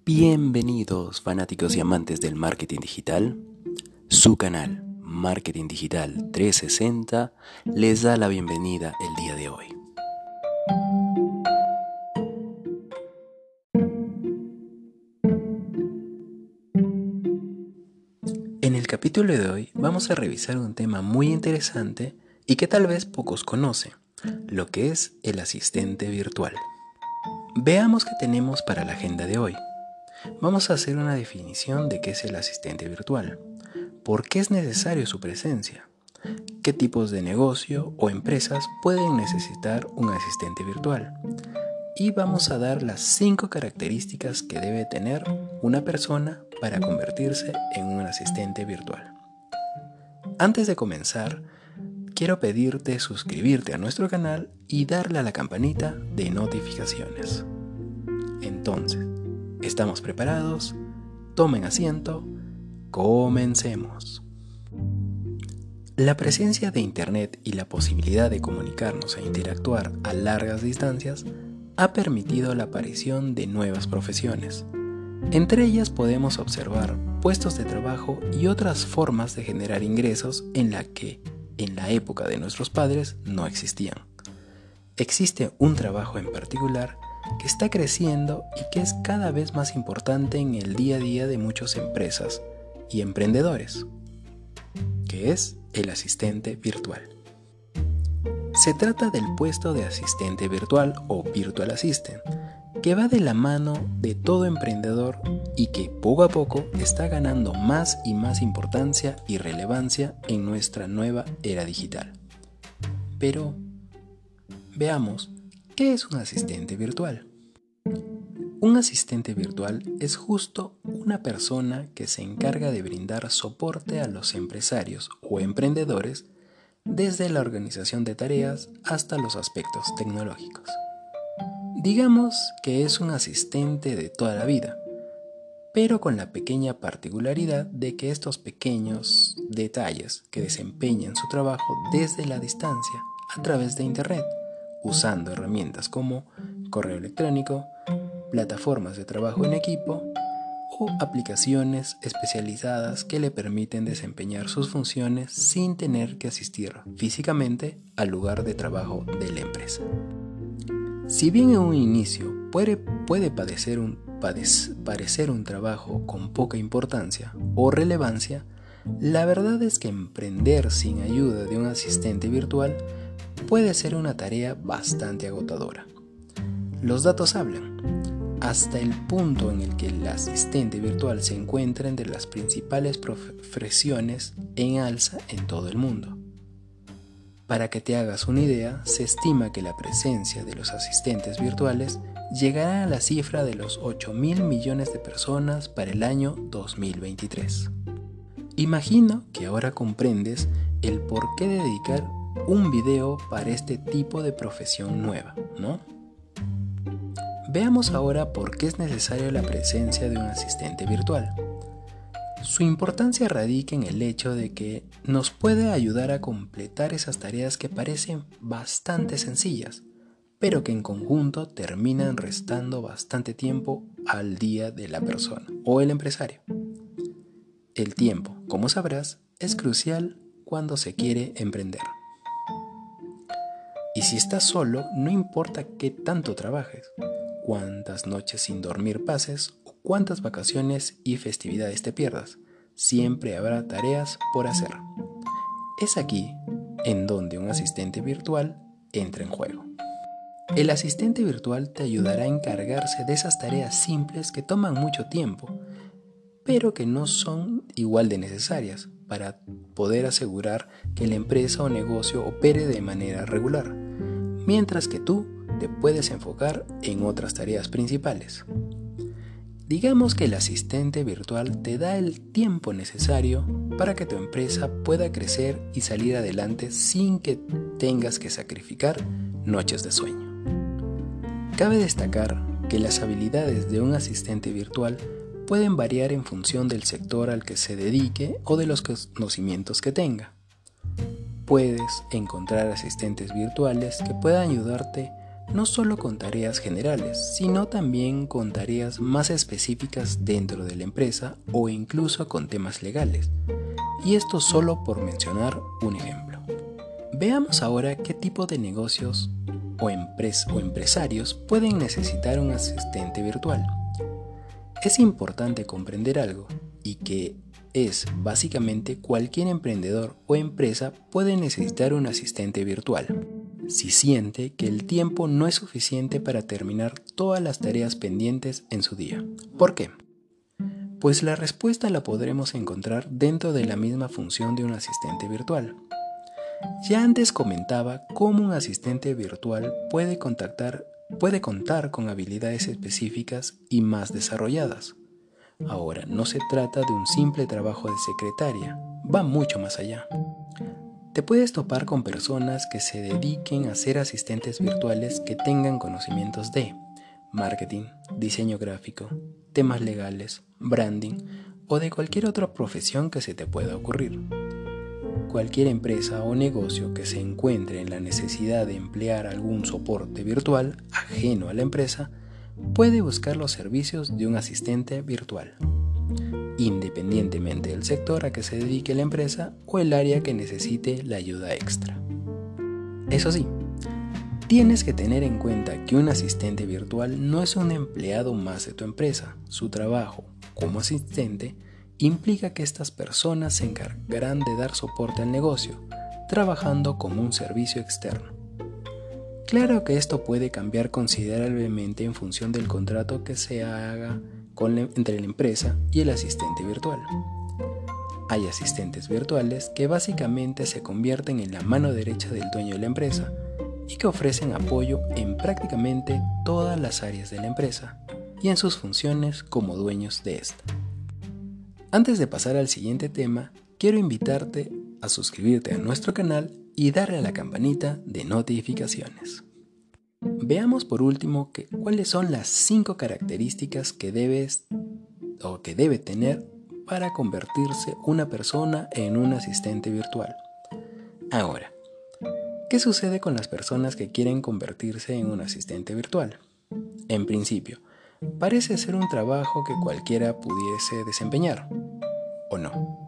Bienvenidos fanáticos y amantes del marketing digital. Su canal Marketing Digital 360 les da la bienvenida el día de hoy. En el capítulo de hoy vamos a revisar un tema muy interesante y que tal vez pocos conocen, lo que es el asistente virtual. Veamos qué tenemos para la agenda de hoy. Vamos a hacer una definición de qué es el asistente virtual, por qué es necesario su presencia, qué tipos de negocio o empresas pueden necesitar un asistente virtual y vamos a dar las 5 características que debe tener una persona para convertirse en un asistente virtual. Antes de comenzar, quiero pedirte suscribirte a nuestro canal y darle a la campanita de notificaciones. Entonces, ¿estamos preparados? Tomen asiento. Comencemos. La presencia de Internet y la posibilidad de comunicarnos e interactuar a largas distancias ha permitido la aparición de nuevas profesiones. Entre ellas podemos observar puestos de trabajo y otras formas de generar ingresos en la que, en la época de nuestros padres, no existían. Existe un trabajo en particular que está creciendo y que es cada vez más importante en el día a día de muchas empresas y emprendedores, que es el asistente virtual. Se trata del puesto de asistente virtual o virtual assistant, que va de la mano de todo emprendedor y que poco a poco está ganando más y más importancia y relevancia en nuestra nueva era digital. Pero veamos, ¿qué es un asistente virtual? Un asistente virtual es justo una persona que se encarga de brindar soporte a los empresarios o emprendedores desde la organización de tareas hasta los aspectos tecnológicos. Digamos que es un asistente de toda la vida, pero con la pequeña particularidad de que estos pequeños detalles que desempeñan su trabajo desde la distancia a través de Internet, usando herramientas como correo electrónico, plataformas de trabajo en equipo o aplicaciones especializadas que le permiten desempeñar sus funciones sin tener que asistir físicamente al lugar de trabajo de la empresa. Si bien en un inicio puede parecer un trabajo con poca importancia o relevancia, la verdad es que emprender sin ayuda de un asistente virtual puede ser una tarea bastante agotadora. Los datos hablan, hasta el punto en el que el asistente virtual se encuentra entre las principales profesiones en alza en todo el mundo. Para que te hagas una idea, se estima que la presencia de los asistentes virtuales llegará a la cifra de los 8.000 millones de personas para el año 2023. Imagino que ahora comprendes el por qué dedicar un video para este tipo de profesión nueva, ¿no? Veamos ahora por qué es necesaria la presencia de un asistente virtual. Su importancia radica en el hecho de que nos puede ayudar a completar esas tareas que parecen bastante sencillas, pero que en conjunto terminan restando bastante tiempo al día de la persona o el empresario. El tiempo, como sabrás, es crucial cuando se quiere emprender. Y si estás solo, no importa qué tanto trabajes, cuántas noches sin dormir pases o cuántas vacaciones y festividades te pierdas, siempre habrá tareas por hacer. Es aquí en donde un asistente virtual entra en juego. El asistente virtual te ayudará a encargarse de esas tareas simples que toman mucho tiempo, pero que no son igual de necesarias para poder asegurar que la empresa o negocio opere de manera regular, mientras que tú te puedes enfocar en otras tareas principales. Digamos que el asistente virtual te da el tiempo necesario para que tu empresa pueda crecer y salir adelante sin que tengas que sacrificar noches de sueño. Cabe destacar que las habilidades de un asistente virtual pueden variar en función del sector al que se dedique o de los conocimientos que tenga. Puedes encontrar asistentes virtuales que puedan ayudarte no solo con tareas generales, sino también con tareas más específicas dentro de la empresa o incluso con temas legales. Y esto solo por mencionar un ejemplo. Veamos ahora qué tipo de negocios o empresarios pueden necesitar un asistente virtual. Es importante comprender algo, y que es básicamente cualquier emprendedor o empresa puede necesitar un asistente virtual si siente que el tiempo no es suficiente para terminar todas las tareas pendientes en su día. ¿Por qué? Pues la respuesta la podremos encontrar dentro de la misma función de un asistente virtual. Ya antes comentaba cómo un asistente virtual puede contar con habilidades específicas y más desarrolladas. Ahora, no se trata de un simple trabajo de secretaria, va mucho más allá. Te puedes topar con personas que se dediquen a ser asistentes virtuales que tengan conocimientos de marketing, diseño gráfico, temas legales, branding o de cualquier otra profesión que se te pueda ocurrir. Cualquier empresa o negocio que se encuentre en la necesidad de emplear algún soporte virtual ajeno a la empresa puede buscar los servicios de un asistente virtual, independientemente del sector a que se dedique la empresa o el área que necesite la ayuda extra. Eso sí, tienes que tener en cuenta que un asistente virtual no es un empleado más de tu empresa. Su trabajo como asistente implica que estas personas se encargarán de dar soporte al negocio, trabajando como un servicio externo. Claro que esto puede cambiar considerablemente en función del contrato que se haga entre la empresa y el asistente virtual. Hay asistentes virtuales que básicamente se convierten en la mano derecha del dueño de la empresa y que ofrecen apoyo en prácticamente todas las áreas de la empresa y en sus funciones como dueños de esta. Antes de pasar al siguiente tema, quiero invitarte a suscribirte a nuestro canal y darle a la campanita de notificaciones. Veamos por último cuáles son las 5 características que debe tener para convertirse una persona en un asistente virtual. Ahora, ¿qué sucede con las personas que quieren convertirse en un asistente virtual? En principio, parece ser un trabajo que cualquiera pudiese desempeñar, ¿o no?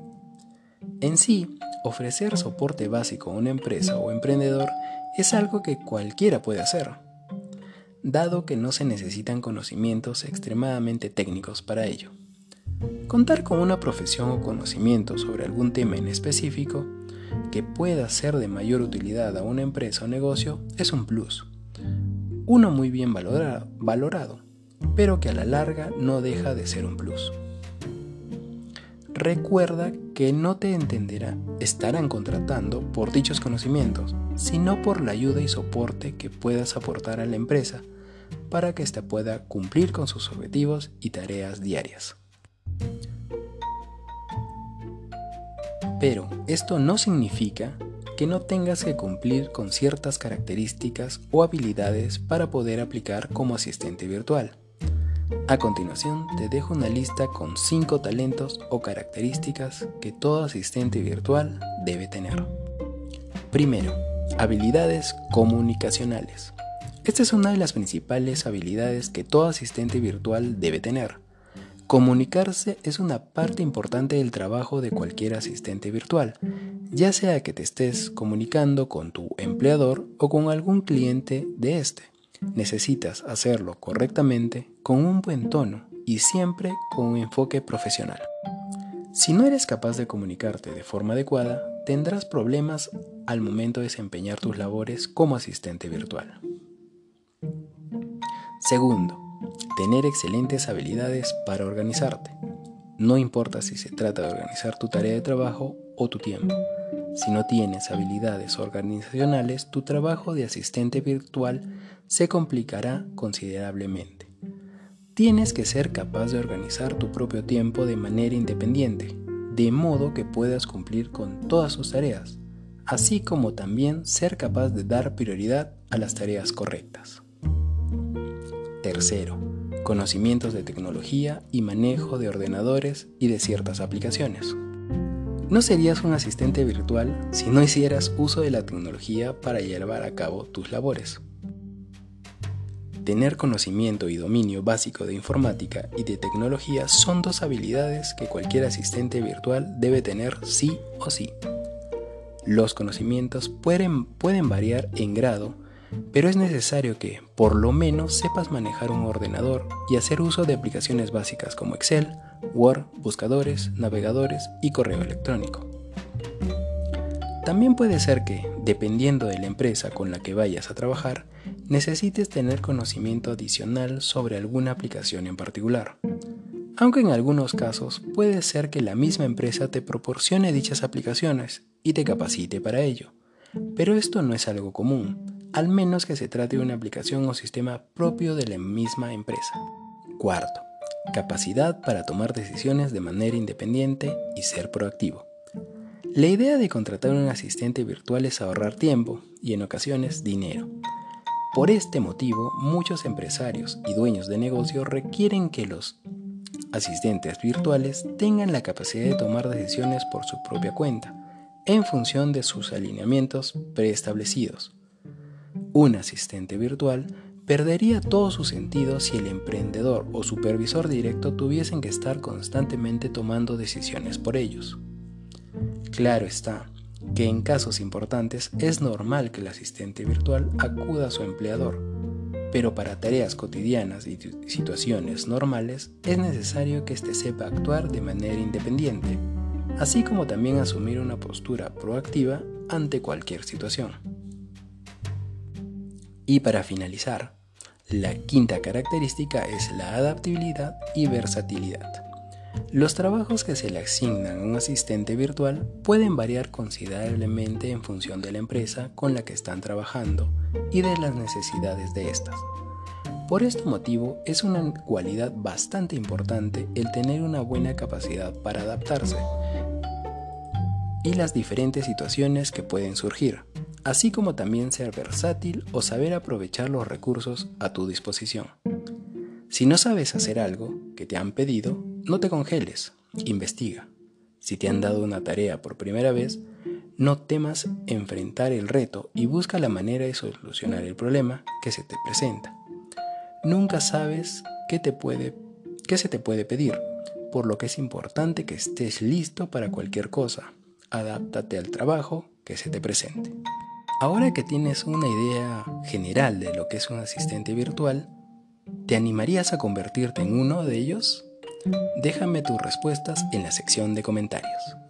En sí, ofrecer soporte básico a una empresa o emprendedor es algo que cualquiera puede hacer, dado que no se necesitan conocimientos extremadamente técnicos para ello. Contar con una profesión o conocimiento sobre algún tema en específico que pueda ser de mayor utilidad a una empresa o negocio es un plus, uno muy bien valorado, pero que a la larga no deja de ser un plus. Recuerda que no te estarán contratando por dichos conocimientos, sino por la ayuda y soporte que puedas aportar a la empresa para que ésta pueda cumplir con sus objetivos y tareas diarias. Pero esto no significa que no tengas que cumplir con ciertas características o habilidades para poder aplicar como asistente virtual. A continuación te dejo una lista con 5 talentos o características que todo asistente virtual debe tener. Primero, habilidades comunicacionales. Esta es una de las principales habilidades que todo asistente virtual debe tener. Comunicarse es una parte importante del trabajo de cualquier asistente virtual, ya sea que te estés comunicando con tu empleador o con algún cliente de este. Necesitas hacerlo correctamente, con un buen tono y siempre con un enfoque profesional. Si no eres capaz de comunicarte de forma adecuada, tendrás problemas al momento de desempeñar tus labores como asistente virtual. Segundo, tener excelentes habilidades para organizarte. No importa si se trata de organizar tu tarea de trabajo o tu tiempo. Si no tienes habilidades organizacionales, tu trabajo de asistente virtual se complicará considerablemente. Tienes que ser capaz de organizar tu propio tiempo de manera independiente, de modo que puedas cumplir con todas tus tareas, así como también ser capaz de dar prioridad a las tareas correctas. Tercero, conocimientos de tecnología y manejo de ordenadores y de ciertas aplicaciones. No serías un asistente virtual si no hicieras uso de la tecnología para llevar a cabo tus labores. Tener conocimiento y dominio básico de informática y de tecnología son dos habilidades que cualquier asistente virtual debe tener sí o sí. Los conocimientos pueden variar en grado, pero es necesario que, por lo menos, sepas manejar un ordenador y hacer uso de aplicaciones básicas como Excel, Word, buscadores, navegadores y correo electrónico. También puede ser que, dependiendo de la empresa con la que vayas a trabajar, necesites tener conocimiento adicional sobre alguna aplicación en particular. Aunque en algunos casos puede ser que la misma empresa te proporcione dichas aplicaciones y te capacite para ello. Pero esto no es algo común, al menos que se trate de una aplicación o sistema propio de la misma empresa. Cuarto, capacidad para tomar decisiones de manera independiente y ser proactivo. La idea de contratar un asistente virtual es ahorrar tiempo y en ocasiones dinero. Por este motivo, muchos empresarios y dueños de negocio requieren que los asistentes virtuales tengan la capacidad de tomar decisiones por su propia cuenta, en función de sus alineamientos preestablecidos. Un asistente virtual perdería todo su sentido si el emprendedor o supervisor directo tuviesen que estar constantemente tomando decisiones por ellos. Claro está que en casos importantes es normal que el asistente virtual acuda a su empleador, pero para tareas cotidianas y situaciones normales es necesario que éste sepa actuar de manera independiente, así como también asumir una postura proactiva ante cualquier situación. Y para finalizar, la quinta característica es la adaptabilidad y versatilidad. Los trabajos que se le asignan a un asistente virtual pueden variar considerablemente en función de la empresa con la que están trabajando y de las necesidades de estas. Por este motivo, es una cualidad bastante importante el tener una buena capacidad para adaptarse y las diferentes situaciones que pueden surgir, así como también ser versátil o saber aprovechar los recursos a tu disposición. Si no sabes hacer algo que te han pedido, no te congeles, investiga. Si te han dado una tarea por primera vez, no temas enfrentar el reto y busca la manera de solucionar el problema que se te presenta. Nunca sabes qué se te puede pedir, por lo que es importante que estés listo para cualquier cosa. Adáptate al trabajo que se te presente. Ahora que tienes una idea general de lo que es un asistente virtual, ¿te animarías a convertirte en uno de ellos? Déjame tus respuestas en la sección de comentarios.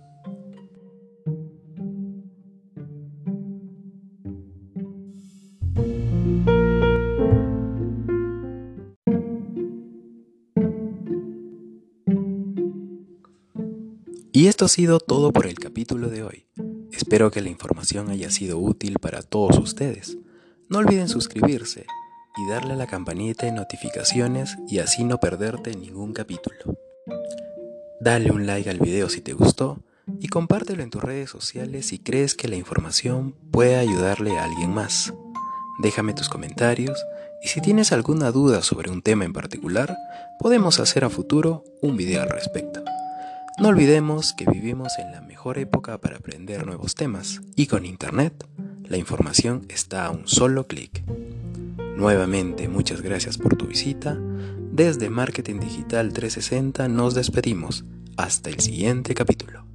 Y esto ha sido todo por el capítulo de hoy. Espero que la información haya sido útil para todos ustedes. No olviden suscribirse y darle a la campanita de notificaciones y así no perderte ningún capítulo. Dale un like al video si te gustó y compártelo en tus redes sociales si crees que la información puede ayudarle a alguien más. Déjame tus comentarios y si tienes alguna duda sobre un tema en particular, podemos hacer a futuro un video al respecto. No olvidemos que vivimos en la mejor época para aprender nuevos temas y con Internet, la información está a un solo clic. Nuevamente, muchas gracias por tu visita. Desde Marketing Digital 360 nos despedimos. Hasta el siguiente capítulo.